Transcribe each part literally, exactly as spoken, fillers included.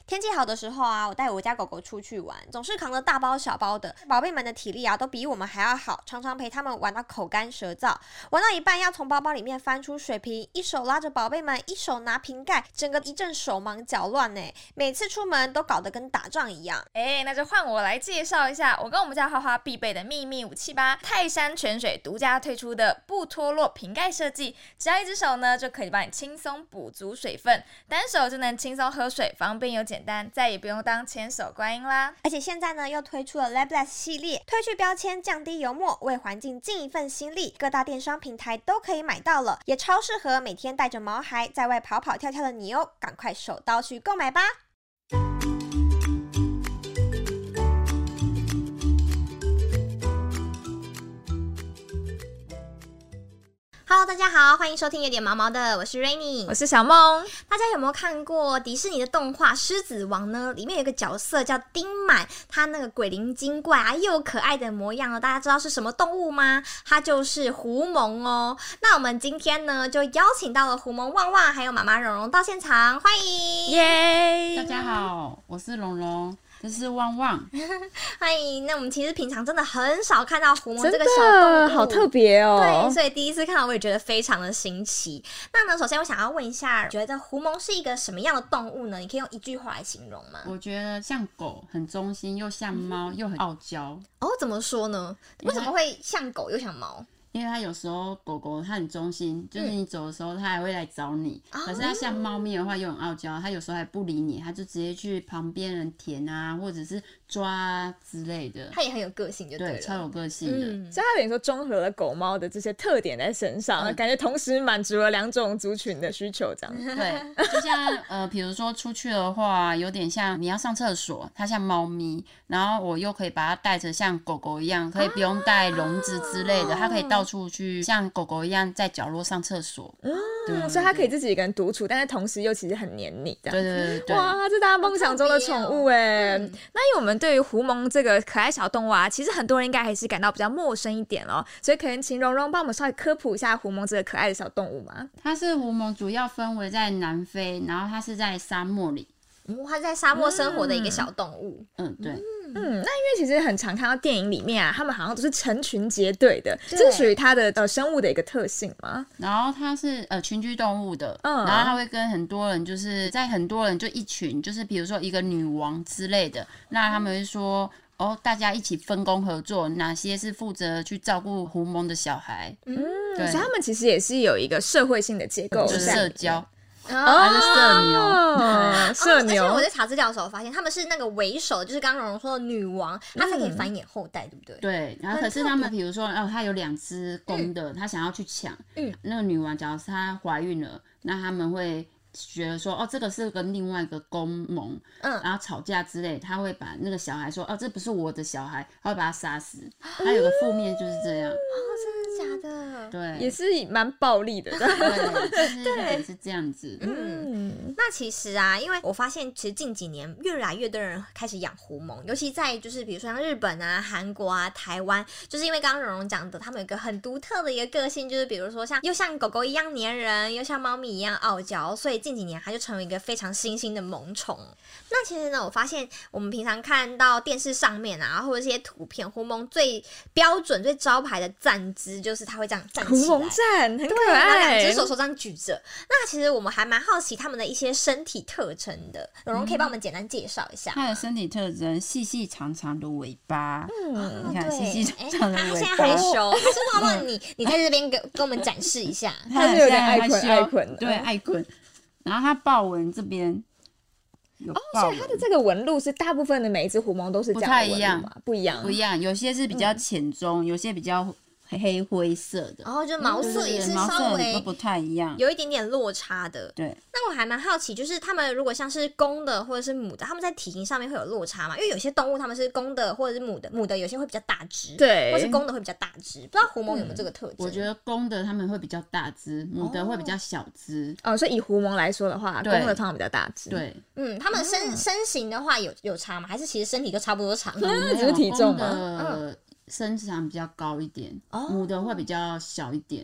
天气好的时候啊，我带我家狗狗出去玩，总是扛着大包小包的，宝贝们的体力啊都比我们还要好，常常陪他们玩到口干舌燥，玩到一半要从包包里面翻出水瓶，一手拉着宝贝们，一手拿瓶盖，整个一阵手忙脚乱呢。每次出门都搞得跟打仗一样。 哎，那就换我来介绍一下我跟我们家花花必备的秘密武器吧。泰山泉水独家推出的不脱落瓶盖设计，只要一只手呢就可以帮你轻松补足水分，单手就能轻松喝水，方便又简单，再也不用当千手观音啦。 而且现在呢又推出了 Labless 系列，褪去标签，降低油墨，为环境尽一份心力，各大电商平台都可以买到了，也超适合每天带着毛孩在外跑跑跳跳的你哦，赶快手刀去购买吧。Hello， 大家好，欢迎收听有点毛毛的，我是 Rainy， 我是小梦。 大家有没有看过迪士尼的动画《狮子王》呢？里面有一个角色叫丁满，他那个鬼灵精怪啊，又可爱的模样哦，大家知道是什么动物吗？它就是狐獴哦。那我们今天呢，就邀请到了狐獴旺旺还有妈妈蓉蓉到现场，欢迎！ 耶！ 大家好，我是蓉蓉。这是旺旺， 欢迎。那我们其实平常真的很少看到狐獴这个小动物， 好特别哦。 对，所以第一次看到我也觉得非常的新奇。那呢，首先我想要问一下，觉得狐獴是一个什么样的动物呢？你可以用一句话来形容吗？ 我觉得像狗，很忠心，又像猫，又很傲娇。 哦，怎么说呢？为什么会像狗又像猫？ 因为它有时候狗狗它很忠心，就是你走的时候它还会来找你、嗯、可是它像猫咪的话又很傲娇，它有时候还不理你，它就直接去旁边人舔啊，或者是抓啊之类的。 它也很有个性就对了， 对，超有个性的、 嗯、所以它等于说综合了狗猫的这些特点在身上、嗯、感觉同时满足了两种族群的需求这样。 对，就像呃比如说出去的话有点像你要上厕所，它像猫咪，然后我又可以把它带着像狗狗一样，可以不用带笼子之类的、啊、它可以到处去像狗狗一样在角落上厕所、 嗯、对对对，所以它可以自己一个人独处，但是同时又其实很黏你这样。 对对对对， 哇，这大家梦想中的宠物哎、哦嗯。那因为我们对于狐獴这个可爱小动物啊，其实很多人应该还是感到比较陌生一点哦，所以可能请蓉蓉帮我们稍微科普一下狐獴这个可爱的小动物吗？ 它是狐獴主要分为在南非，然后它是在沙漠里。 嗯，它在沙漠生活的一个小动物。 嗯，对。 嗯，那因为其实很常看到电影里面啊，他们好像都是成群结队的，这是属于它的呃生物的一个特性吗？ 然后它是呃群居动物的，嗯，然后它会跟很多人，就是在很多人就一群，就是比如说一个女王之类的，那他们会说。哦，大家一起分工合作，哪些是负责去照顾狐獴的小孩？ 嗯，对，所以他们其实也是有一个社会性的结构， 就是社交。 哦， 还是社牛， 哦、社牛。 而且我在查资料的时候发现，他们是那个为首，就是刚刚蓉蓉说的女王，她才可以繁衍后代，嗯、对不对？ 对。然后可是他们，比如说，哦，她有两只公的，她、嗯、想要去抢，嗯，那个女王，假如是她怀孕了，那他们会。觉得说哦，这个是跟另外一个公盟，嗯，然后吵架之类，他会把那个小孩说哦，这不是我的小孩，他会把他杀死。他有个负面就是这样。 哦，真的假的？ 对， 也是蛮暴力的。 对，对，是这样子。 嗯，那其实啊，因为我发现其实近几年越来越多人开始养狐獴，尤其在就是比如说像日本啊、韩国啊、台湾，就是因为刚刚蓉蓉讲的，他们有一个很独特的一个个性，就是比如说像又像狗狗一样黏人，又像猫咪一样傲娇，所以近几年它就成为一个非常新兴的萌宠。那其实呢，我发现我们平常看到电视上面啊，或者这些图片，狐獴最标准、最招牌的站姿就是它会这样站起来， 狐獴站很可爱， 两只手手这样举着。那其实我们还蛮好奇他们的一些身体特征的，蓉蓉可以帮我们简单介绍一下。 它的身体特征：细细长长的尾巴，嗯，你看细细长长的尾巴。 它现在害羞，还是旺旺你你在这边给跟我们展示一下。 它是有点爱捆爱捆， 对，爱捆。然后它豹纹这边有豹纹， 哦，所以它的这个纹路是大部分的每一只狐獴都是这样的纹路吗？不一样， 不一样，有些是比较浅棕，嗯，有些比较黑灰色的， 然后，哦，就毛色也是稍微都不太一样， 有一点点落差的。 对， 那我还蛮好奇，就是他们如果像是公的或者是母的，他们在体型上面会有落差吗？因为有些动物他们是公的或者是母的，母的有些会比较大只， 对， 或是公的会比较大只，不知道狐獴有没有这个特征？ 嗯，我觉得公的他们会比较大只，母的会比较小只。 哦，所以以狐獴来说的话，公的通常比较大只。 对， 嗯，他们身，嗯、身形的话有有差吗？还是其实身体都差不多长？ 嗯，只是体重吗？ 嗯，身长比较高一点，哦，母的会比较小一点。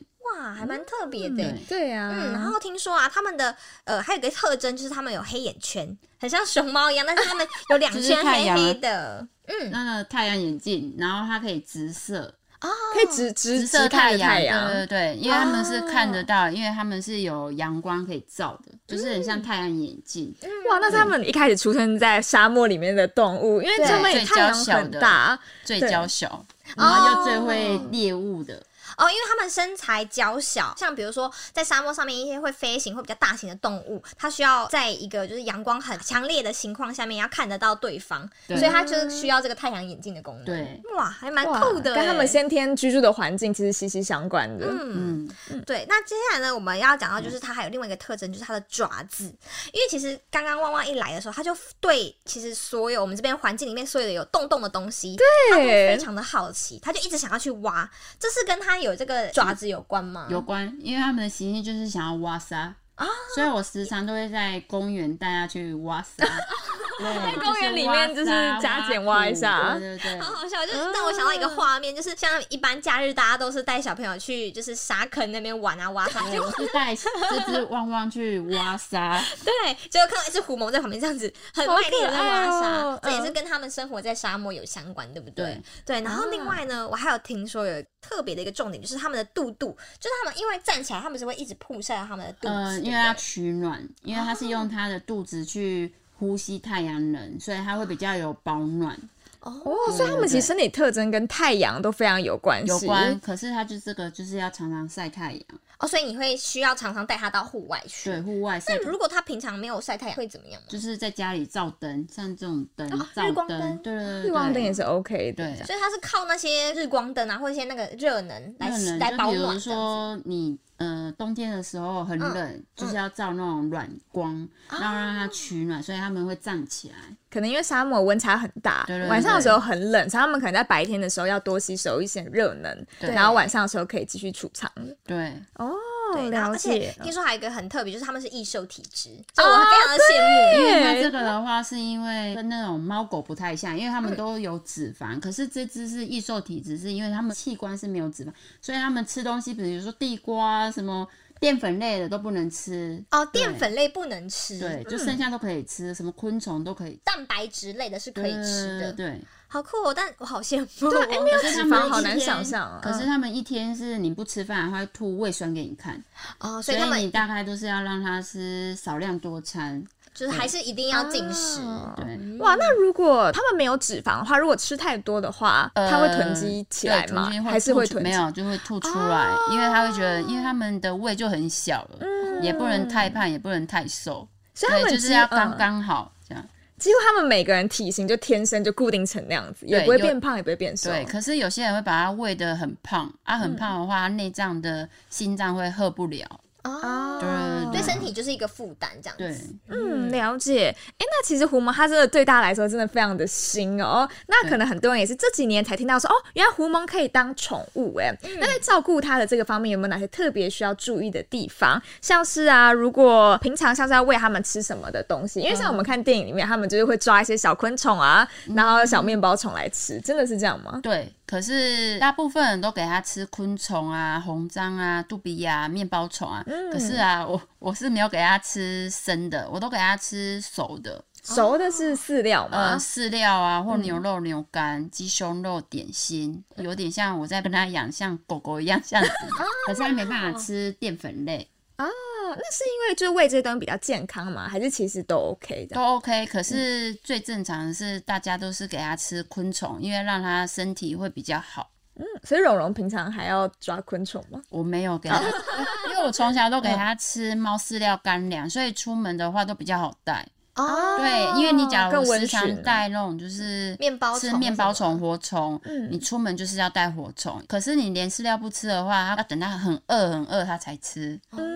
哇，还蛮特别的、 嗯、 对呀、啊， 嗯，然后听说啊，他们的呃还有一个特征就是他们有黑眼圈，很像熊猫一样，但是他们有两圈黑黑的， 嗯，那个太阳眼镜，然后它可以直射。 哦， 可以直直直射太阳， 阳对对对，因为他们是看得到，哦、因为他们是有阳光可以照的，就是很像太阳眼镜。 嗯、 哇，那是他们一开始出生在沙漠里面的动物，因为他们太阳很大， 最娇小，然后又最会猎物的。 哦，因为他们身材娇小，像比如说在沙漠上面一些会飞行、会比较大型的动物，它需要在一个就是阳光很强烈的情况下面要看得到对方，所以它就是需要这个太阳眼镜的功能。 对， 哇，还蛮酷的， 跟他们先天居住的环境其实息息相关的。 嗯嗯，对。那接下来呢，我们要讲到就是它还有另外一个特征，就是它的爪子。因为其实刚刚旺旺一来的时候，它就对其实所有我们这边环境里面所有的有洞洞的东西，它都非常的好奇，它就一直想要去挖。这是跟它有这个爪子有关吗？ 有关，因为他们的习性就是想要挖沙啊，所以我时常都会在公园带他去挖沙。 在公园里面就是加减挖一下， 对对对， 好好笑，就是让我想到一个画面，就是像一般假日大家都是带小朋友去就是沙坑那边玩啊挖沙， 结果是带这只旺旺去挖沙， 对，结果看到一只狐獴在旁边这样子很卖力的在挖沙，哦、这也是跟他们生活在沙漠有相关，对不对？对，对。然后另外呢，我还有听说有特别的一个重点，就是他们的肚肚，就是他们因为站起来，他们是会一直曝晒到他们的肚子， 呃，因为要取暖，因为它是用它的肚子去呼吸太阳能，所以它会比较有保暖。 哦，所以他们其实身体特征跟太阳都非常有关系。 有关，可是它就这个就是要常常晒太阳。 哦，所以你会需要常常带它到户外去。 对，户外晒。 那如果它平常没有晒太阳，会怎么样吗？ 就是在家里照灯，像这种灯， 哦、 照日光灯， 对对对， 日光灯也是 OK 的。 对， 所以它是靠那些日光灯啊，或者一些那个热能来来保暖。 就比如说你呃冬天的时候很冷，嗯、就是要照那种软光，嗯、然后让它取暖，所以他们会站起来。 可能因为沙漠温差很大， 对对对， 晚上的时候很冷，所以他们可能在白天的时候要多吸收一些热能，然后晚上的时候可以继续储藏。 对， 哦， 对， 了解。 听说还有一个很特别，就是他们是易瘦体质，这、哦、我非常的羡慕。 因为它这个的话，是因为跟那种猫狗不太像，因为他们都有脂肪，嗯、可是这只是易瘦体质，是因为他们器官是没有脂肪，所以他们吃东西，比如说地瓜什么。淀粉类的都不能吃哦，淀粉类不能吃， 对，就剩下都可以吃，嗯、什么昆虫都可以， 蛋白质类的是可以吃的， 对， 好酷哦！但我好羡慕， 对，哎，没有脂肪好难想象啊。 可是他们一天是你不吃饭，会吐胃酸给你看哦， 所以他们你大概都是要让他吃少量多餐。 就是还是一定要进食， 对， 哇，那如果他们没有脂肪的话，如果吃太多的话，呃、它会囤积起来吗？还是会囤积？ 没有，就会吐出来，哦、因为他会觉得，因为他们的胃就很小了，嗯、也不能太胖，也不能太瘦， 所以他们就是要刚刚好、嗯、这样。 几乎他们每个人体型就天生就固定成那样子，也不会变胖，也不会变瘦。 对，可是有些人会把它喂得很胖，啊，很胖的话，内脏的心脏会喝不了。 哦， 对， 对身体就是一个负担，这样子。 对， 嗯，了解。哎，那其实狐獴它真的对大家来说真的非常的新哦。那可能很多人也是这几年才听到说，哦，原来狐獴可以当宠物。哎、嗯，那在照顾它的这个方面，有没有哪些特别需要注意的地方？像是啊，如果平常像是要喂它们吃什么的东西，因为像我们看电影里面，他们就是会抓一些小昆虫啊，然后小面包虫来吃，真的是这样吗？ 对。可是大部分人都给他吃昆虫啊、红章啊、杜比亚、面包虫啊。嗯、可是啊，我我是没有给他吃生的，我都给他吃熟的。 熟的是饲料吗？ 呃，饲料啊，或牛肉、牛肝、鸡胸肉、点心，有点像我在跟他养，像狗狗一样这样子。可是他没办法吃淀粉类。 哦，那是因为就是喂这些东西比较健康吗？还是其实都 OK 的？ 都 OK， 可是最正常的是大家都是给他吃昆虫，因为让他身体会比较好。 嗯，所以蓉蓉平常还要抓昆虫吗？ 我没有给他，因为我从小都给他吃猫饲料干粮，所以出门的话都比较好带。 哦， 对，因为你假如时常带那种就是面包吃面包虫、活虫，嗯、你出门就是要带活虫。可是你连饲料不吃的话，要等它很饿很饿它才吃。嗯，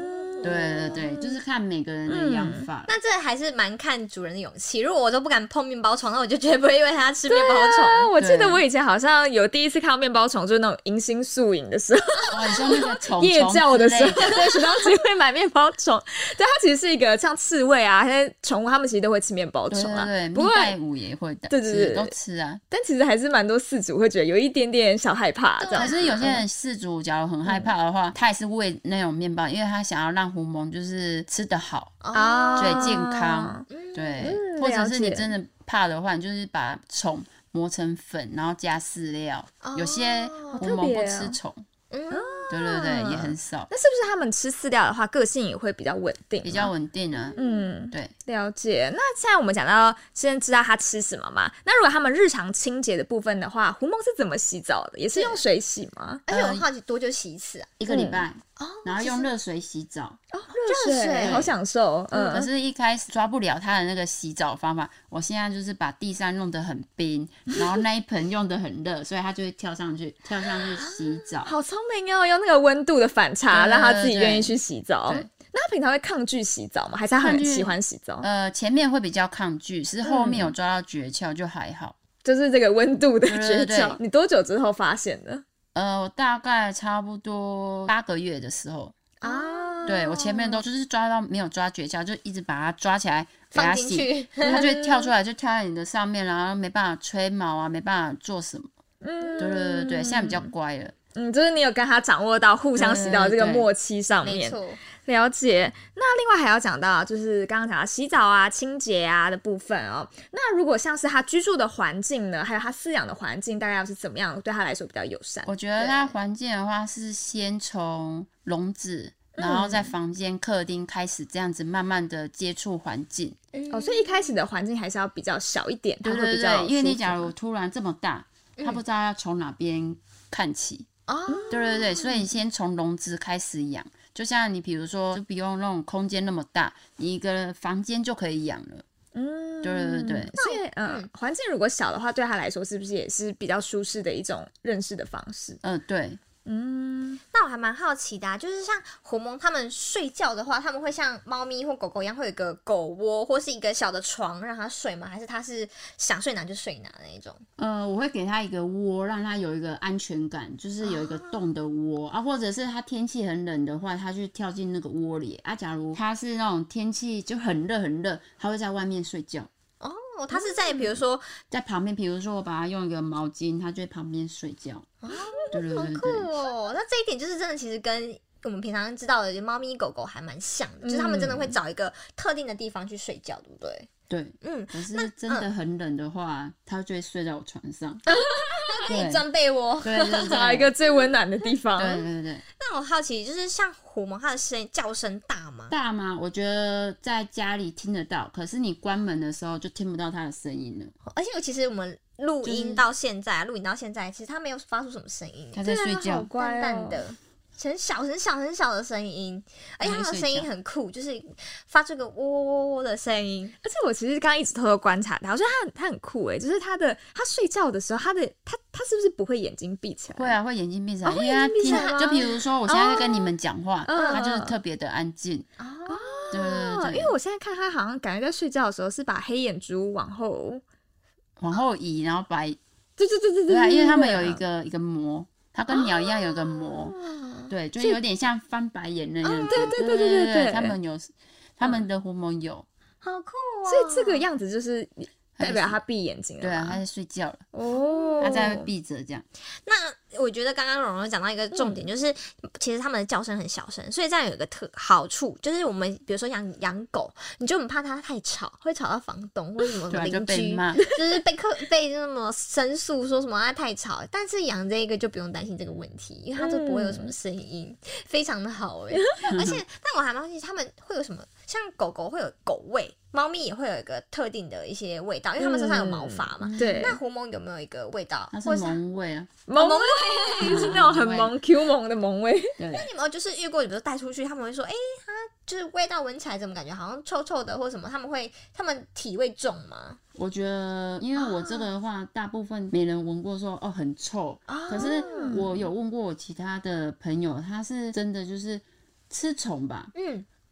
对对对，就是看每个人的养法。 那这还是蛮看主人的勇气。如果我都不敢碰面包虫，那我就绝对不会因为它吃面包虫。 啊、我记得我以前好像有第一次看到面包虫，就是那种迎新宿营的时候， 哦，你说那个虫夜教的时候， 对， 学校其实会买面包虫。对，它其实是一个像刺猬啊，那些宠物它们其实都会吃面包虫啊。 对对对， 不过蜜袋鼯也会的， 对对对， 都吃啊。 但其实还是蛮多饲主会觉得有一点点小害怕这样。 可是有些人饲主假如很害怕的话，嗯、他也是喂那种面包，因为他想要让狐獴就是吃得好， 哦， 对，健康，对、 嗯， 或者是你真的怕的话，你就是把虫磨成粉，然后加饲料。哦、有些狐獴不吃虫。嗯，对对对，也很少。 那是不是他们吃饲料的话，个性也会比较稳定？ 比较稳定啊。 嗯， 对， 了解。那现在我们讲到，先知道它吃什么嘛？那如果他们日常清洁的部分的话，狐獴是怎么洗澡的？也是用水洗吗？ 而且我好奇多久洗一次啊？ 一个礼拜。 嗯、 然后用热水洗澡。 哦，热水，水好享受。嗯， 可是一开始抓不了它的那个洗澡方法，我现在就是把地上弄得很冰，然后那一盆用得很热，所以它就会跳上去，跳上去洗澡。 好聪明哦，用那个温度的反差，让它自己愿意去洗澡。那他平常会抗拒洗澡吗？还是他很喜欢洗澡？ 呃，前面会比较抗拒，是后面有抓到诀窍就还好。 嗯、就是这个温度的诀窍。 对对对， 你多久之后发现的？ 呃，我大概差不多八个月的时候啊，对我前面都就是抓到没有抓诀窍，就一直把它抓起来给它洗，它就会跳出来，就跳在你的上面，然后没办法吹毛啊，没办法做什么。嗯，对对对对，现在比较乖了。 嗯，就是你有跟他掌握到互相洗澡这个默契上面， 没错。 了解。那另外还要讲到，就是刚刚讲到洗澡啊、清洁啊的部分哦。那如果像是他居住的环境呢，还有他饲养的环境，大概要是怎么样，对他来说比较友善？ 我觉得他环境的话，是先从笼子，然后在房间、客厅开始这样子慢慢的接触环境。 嗯、哦，所以一开始的环境还是要比较小一点，它会比较舒服。 因为你假如突然这么大，他不知道要从哪边看起。哦，对对对，所以你先从笼子开始养，就像你比如说，就不用那种空间那么大，你一个房间就可以养了。嗯，对对对对。 所以，嗯，环境如果小的话，对他来说是不是也是比较舒适的一种认识的方式？ 嗯，对。 嗯，那我还蛮好奇的啊，就是像狐獴他们睡觉的话，他们会像猫咪或狗狗一样，会有一个狗窝或是一个小的床让它睡吗？还是它是想睡哪就睡哪那一种？ 呃，我会给它一个窝，让它有一个安全感，就是有一个洞的窝 啊, 啊，或者是它天气很冷的话，它就跳进那个窝里啊。假如它是那种天气就很热很热，它会在外面睡觉。 哦，它是在比如说在旁边，比如说我把它用一个毛巾，它就在旁边睡觉。哦，对对对对， 好酷哦！那这一点就是真的，其实跟我们平常知道的猫咪狗狗还蛮像的，嗯、就是它们真的会找一个特定的地方去睡觉，对不对？ 对，嗯。可是真的很冷的话，它、嗯、就会睡在我床上。 可以钻被窝， 对对对， 找一个最温暖的地方。 对对对。 那我好奇，就是像狐獴，它的声叫声大吗？ 大吗？我觉得在家里听得到，可是你关门的时候就听不到它的声音了。 而且其实我们录音到现在，录、就是、影到现在，其实它没有发出什么声音， 它在睡觉， 淡淡的。很小很小很小的声音，而且它的声音很酷，就是发出个喔喔喔喔的声音。 而且我其实刚刚一直偷偷观察它，我觉得它很它很酷哎，就是它的它睡觉的时候，它的它它是不是不会眼睛闭起来？ 会啊，会眼睛闭起来， 哦、 因为它听，就比如说我现在在跟你们讲话，它、 哦、 就是特别的安静。哦，对对对， 因为我现在看它好像感觉在睡觉的时候是把黑眼珠往后往后移，然后把对对对对对对，因为它们有一个一个膜。它跟鸟一样有个膜，哦、对，就有点像翻白眼那样子。 哦、对对对对对对， 他们有，他们的狐獴有， 好酷哦！ 所以这个样子就是代表它闭眼睛了。 对啊，它在睡觉了。哦，它在闭着这样。 那我觉得刚刚蓉蓉讲到一个重点，嗯、就是其实它们的叫声很小声，所以这样有一个特好处，就是我们比如说养养狗，你就很怕它太吵，会吵到房东或者什么邻居， 就, 就是被客被那么申诉说什么它太吵。但是养这个就不用担心这个问题，因为它就不会有什么声音，嗯、非常的好哎。而且，但我还蛮好奇，他们会有什么？像狗狗会有狗味，猫咪也会有一个特定的一些味道，因为它们身上有毛发嘛。 嗯、对。 那狐獴有没有一个味道？ 它是萌味啊， 萌味。是那种很萌 Q 萌的萌味。 那你们就是遇过，比如说带出去，他们会说，哎、欸，它就是味道闻起来怎么感觉好像臭臭的，或什么？他们会，他们体味重吗？ 我觉得，因为我这个的话，啊、大部分没人闻过说哦很臭，啊、可是我有问过我其他的朋友，他是真的就是吃虫吧，嗯，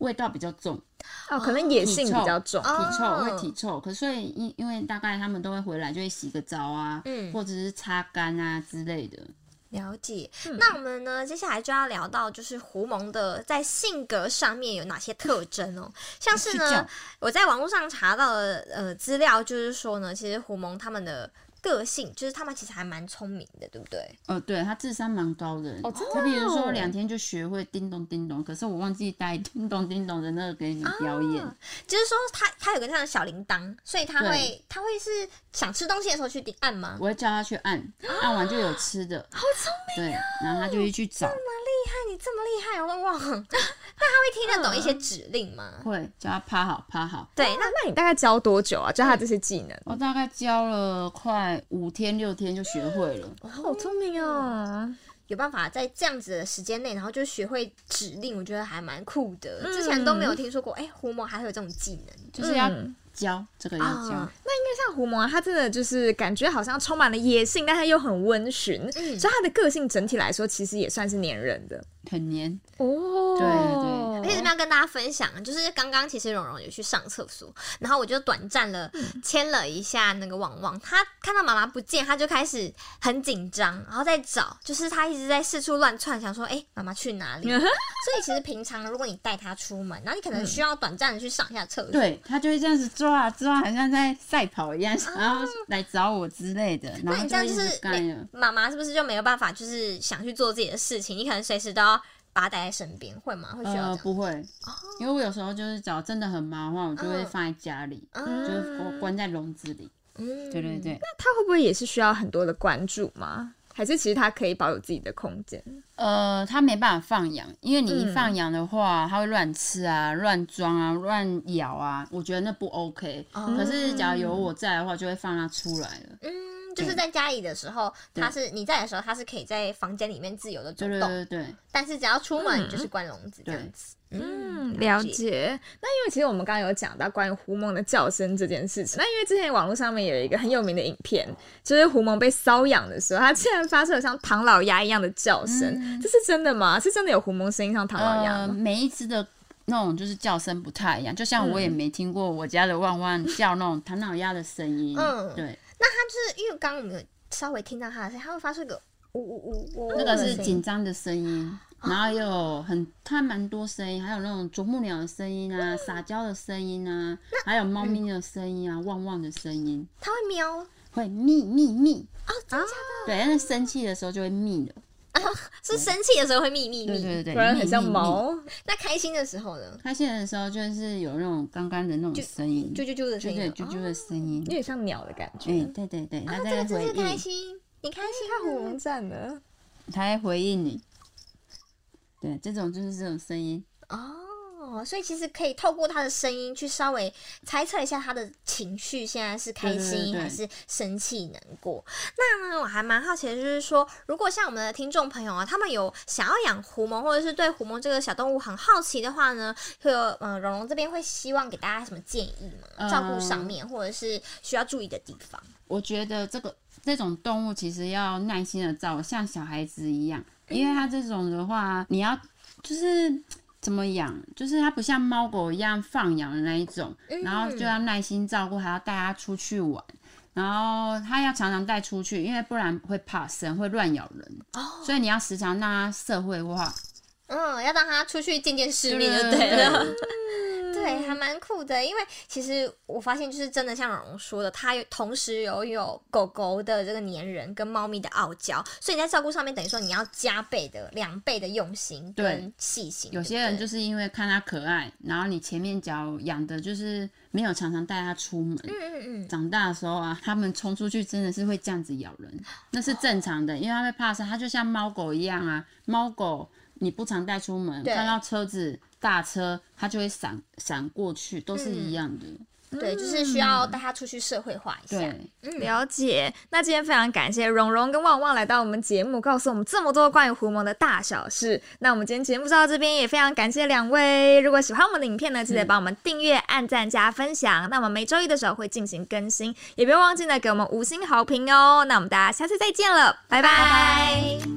味道比较重。 哦，可能野性比较重， 体臭会体臭，可所以因因为大概他们都会回来就会洗个澡啊，嗯，或者是擦干啊之类的。 了解，嗯、那我们呢接下来就要聊到就是狐獴的在性格上面有哪些特征哦，像是呢我在网络上查到的呃资料就是说呢，其实狐獴他们的个性就是他们其实还蛮聪明的，对不对？ 呃，对，他智商蛮高的。 哦，真的、 他比如说两天就学会叮咚叮咚，可是我忘记带叮咚叮咚的那个给你表演。啊、 就是说他他有个这样的小铃铛，所以他会他会是想吃东西的时候去按吗？ 我会叫他去按，按完就有吃的。 好聪明、 哦！对，然后他就会去找。 这么厉害，你这么厉害，汪汪！那他会听得懂一些指令吗？ 会，叫他趴好趴好。 对， 那那你大概教多久啊？教他这些技能？ 我大概教了快五天六天就学会了。 哦、好聪明哦！ 有办法在这样子的时间内，然后就学会指令，我觉得还蛮酷的。嗯、之前都没有听说过，哎、欸，狐獴还会有这种技能， 就是要教、嗯、这个要教。 哦、 那应该像狐獴啊，它真的就是感觉好像充满了野性，但它又很温驯，嗯、所以它的个性整体来说其实也算是黏人的， 很黏哦。 对对。 而且这边要跟大家分享，就是刚刚其实蓉蓉有去上厕所，然后我就短暂了牵了一下那个旺旺，他看到妈妈不见，他就开始很紧张，然后在找，就是他一直在四处乱窜，想说，哎、欸，妈妈去哪里？所以其实平常如果你带他出门，然后你可能需要短暂的去上一下厕所， 对，他就会这样子抓啊抓，好像在赛跑一样，然后来找我之类的。然后那你这样就是妈妈是不是就没有办法，就是想去做自己的事情？你可能随时都要把它带在身边，会吗？会需要这样？ 呃，不会，哦、因为我有时候就是找真的很忙的话，我就会放在家里，嗯、就是关在笼子里。嗯，对对对。 那它会不会也是需要很多的关注吗？还是其实它可以保有自己的空间？ 呃，它没办法放养，因为你一放养的话，它、嗯、会乱吃啊、乱装啊、乱咬啊，我觉得那不 OK、哦。可是假如有我在的话，就会放它出来了。嗯。 就是在家里的时候，他是你在的时候，他是可以在房间里面自由的走动， 对对对对。 但是只要出门，就是关笼子这样子。 嗯，了解。那因为其实我们刚刚有讲到关于狐獴的叫声这件事情，那因为之前网络上面有一个很有名的影片，就是狐獴被搔痒的时候，它竟然发出了像唐老鸭一样的叫声，嗯、这是真的吗？是真的有狐獴声音像唐老鸭吗？ 呃、每一只的那种就是叫声不太一样，就像我也没听过我家的旺旺叫那种唐老鸭的声音。嗯，对。 那它就是因为刚刚我们有稍微听到它的声音，它会发出一个呜呜呜， 那个是紧张的声音，然后又有很它蛮多声音，还有那种啄木鸟的声音啊，撒娇的声音啊，还有猫咪的声音啊，旺旺的声音。 它会喵， 会咪咪咪哦，真的假的？ 对，但是生气的时候就会咪了。 啊、是生气的时候会咪咪咪， 对对对， 不然很像毛。 那开心的时候呢？ 开心的时候就是有那种刚刚的那种声音， 啾啾啾的声音， 对啾啾的声音， 有点像鸟的感觉。 哎、欸，对对对，它在回应。 啊、这个开心，你开心， 它狐獴站了， 它在回应你。对，这种就是这种声音。 哦，所以其实可以透过他的声音去稍微猜测一下他的情绪，现在是开心还是生气、难过。那呢，我还蛮好奇的，就是说，如果像我们的听众朋友啊，他们有想要养狐獴，或者是对狐獴这个小动物很好奇的话呢，会有呃，蓉蓉这边会希望给大家什么建议吗？照顾上面，或者是需要注意的地方？ 我觉得这个这种动物其实要耐心的照，像小孩子一样，因为它这种的话，你要就是。怎么养？就是它不像猫狗一样放养的那一种，嗯、然后就要耐心照顾，还要带它出去玩，然后它要常常带出去，因为不然会怕生，会乱咬人。哦，所以你要时常让它社会化。 嗯，要让它出去见见世面就对了。对，还蛮酷的，因为其实我发现就是真的像蓉蓉说的，它同时有有狗狗的这个粘人跟猫咪的傲娇，所以你在照顾上面等于说你要加倍的两倍的用心跟细心。 有些人就是因为看它可爱，然后你前面脚养的就是没有常常带它出门，嗯嗯嗯，长大的时候啊，它们冲出去真的是会这样子咬人，那是正常的，因为它会怕生，它就像猫狗一样啊，猫狗你不常带出门，看到车子。大车它就会闪闪过去，都是一样的。 嗯、对，就是需要带它出去社会化一下。 对， 嗯、了解。那今天非常感谢蓉蓉跟旺旺来到我们节目，告诉我们这么多关于狐獴的大小事。那我们今天节目就到这边，也非常感谢两位。如果喜欢我们的影片呢，记得帮我们订阅、按赞、加分享。那我们每周一的时候会进行更新，也别忘记呢给我们五星好评哦。那我们大家下次再见了，拜拜。拜拜。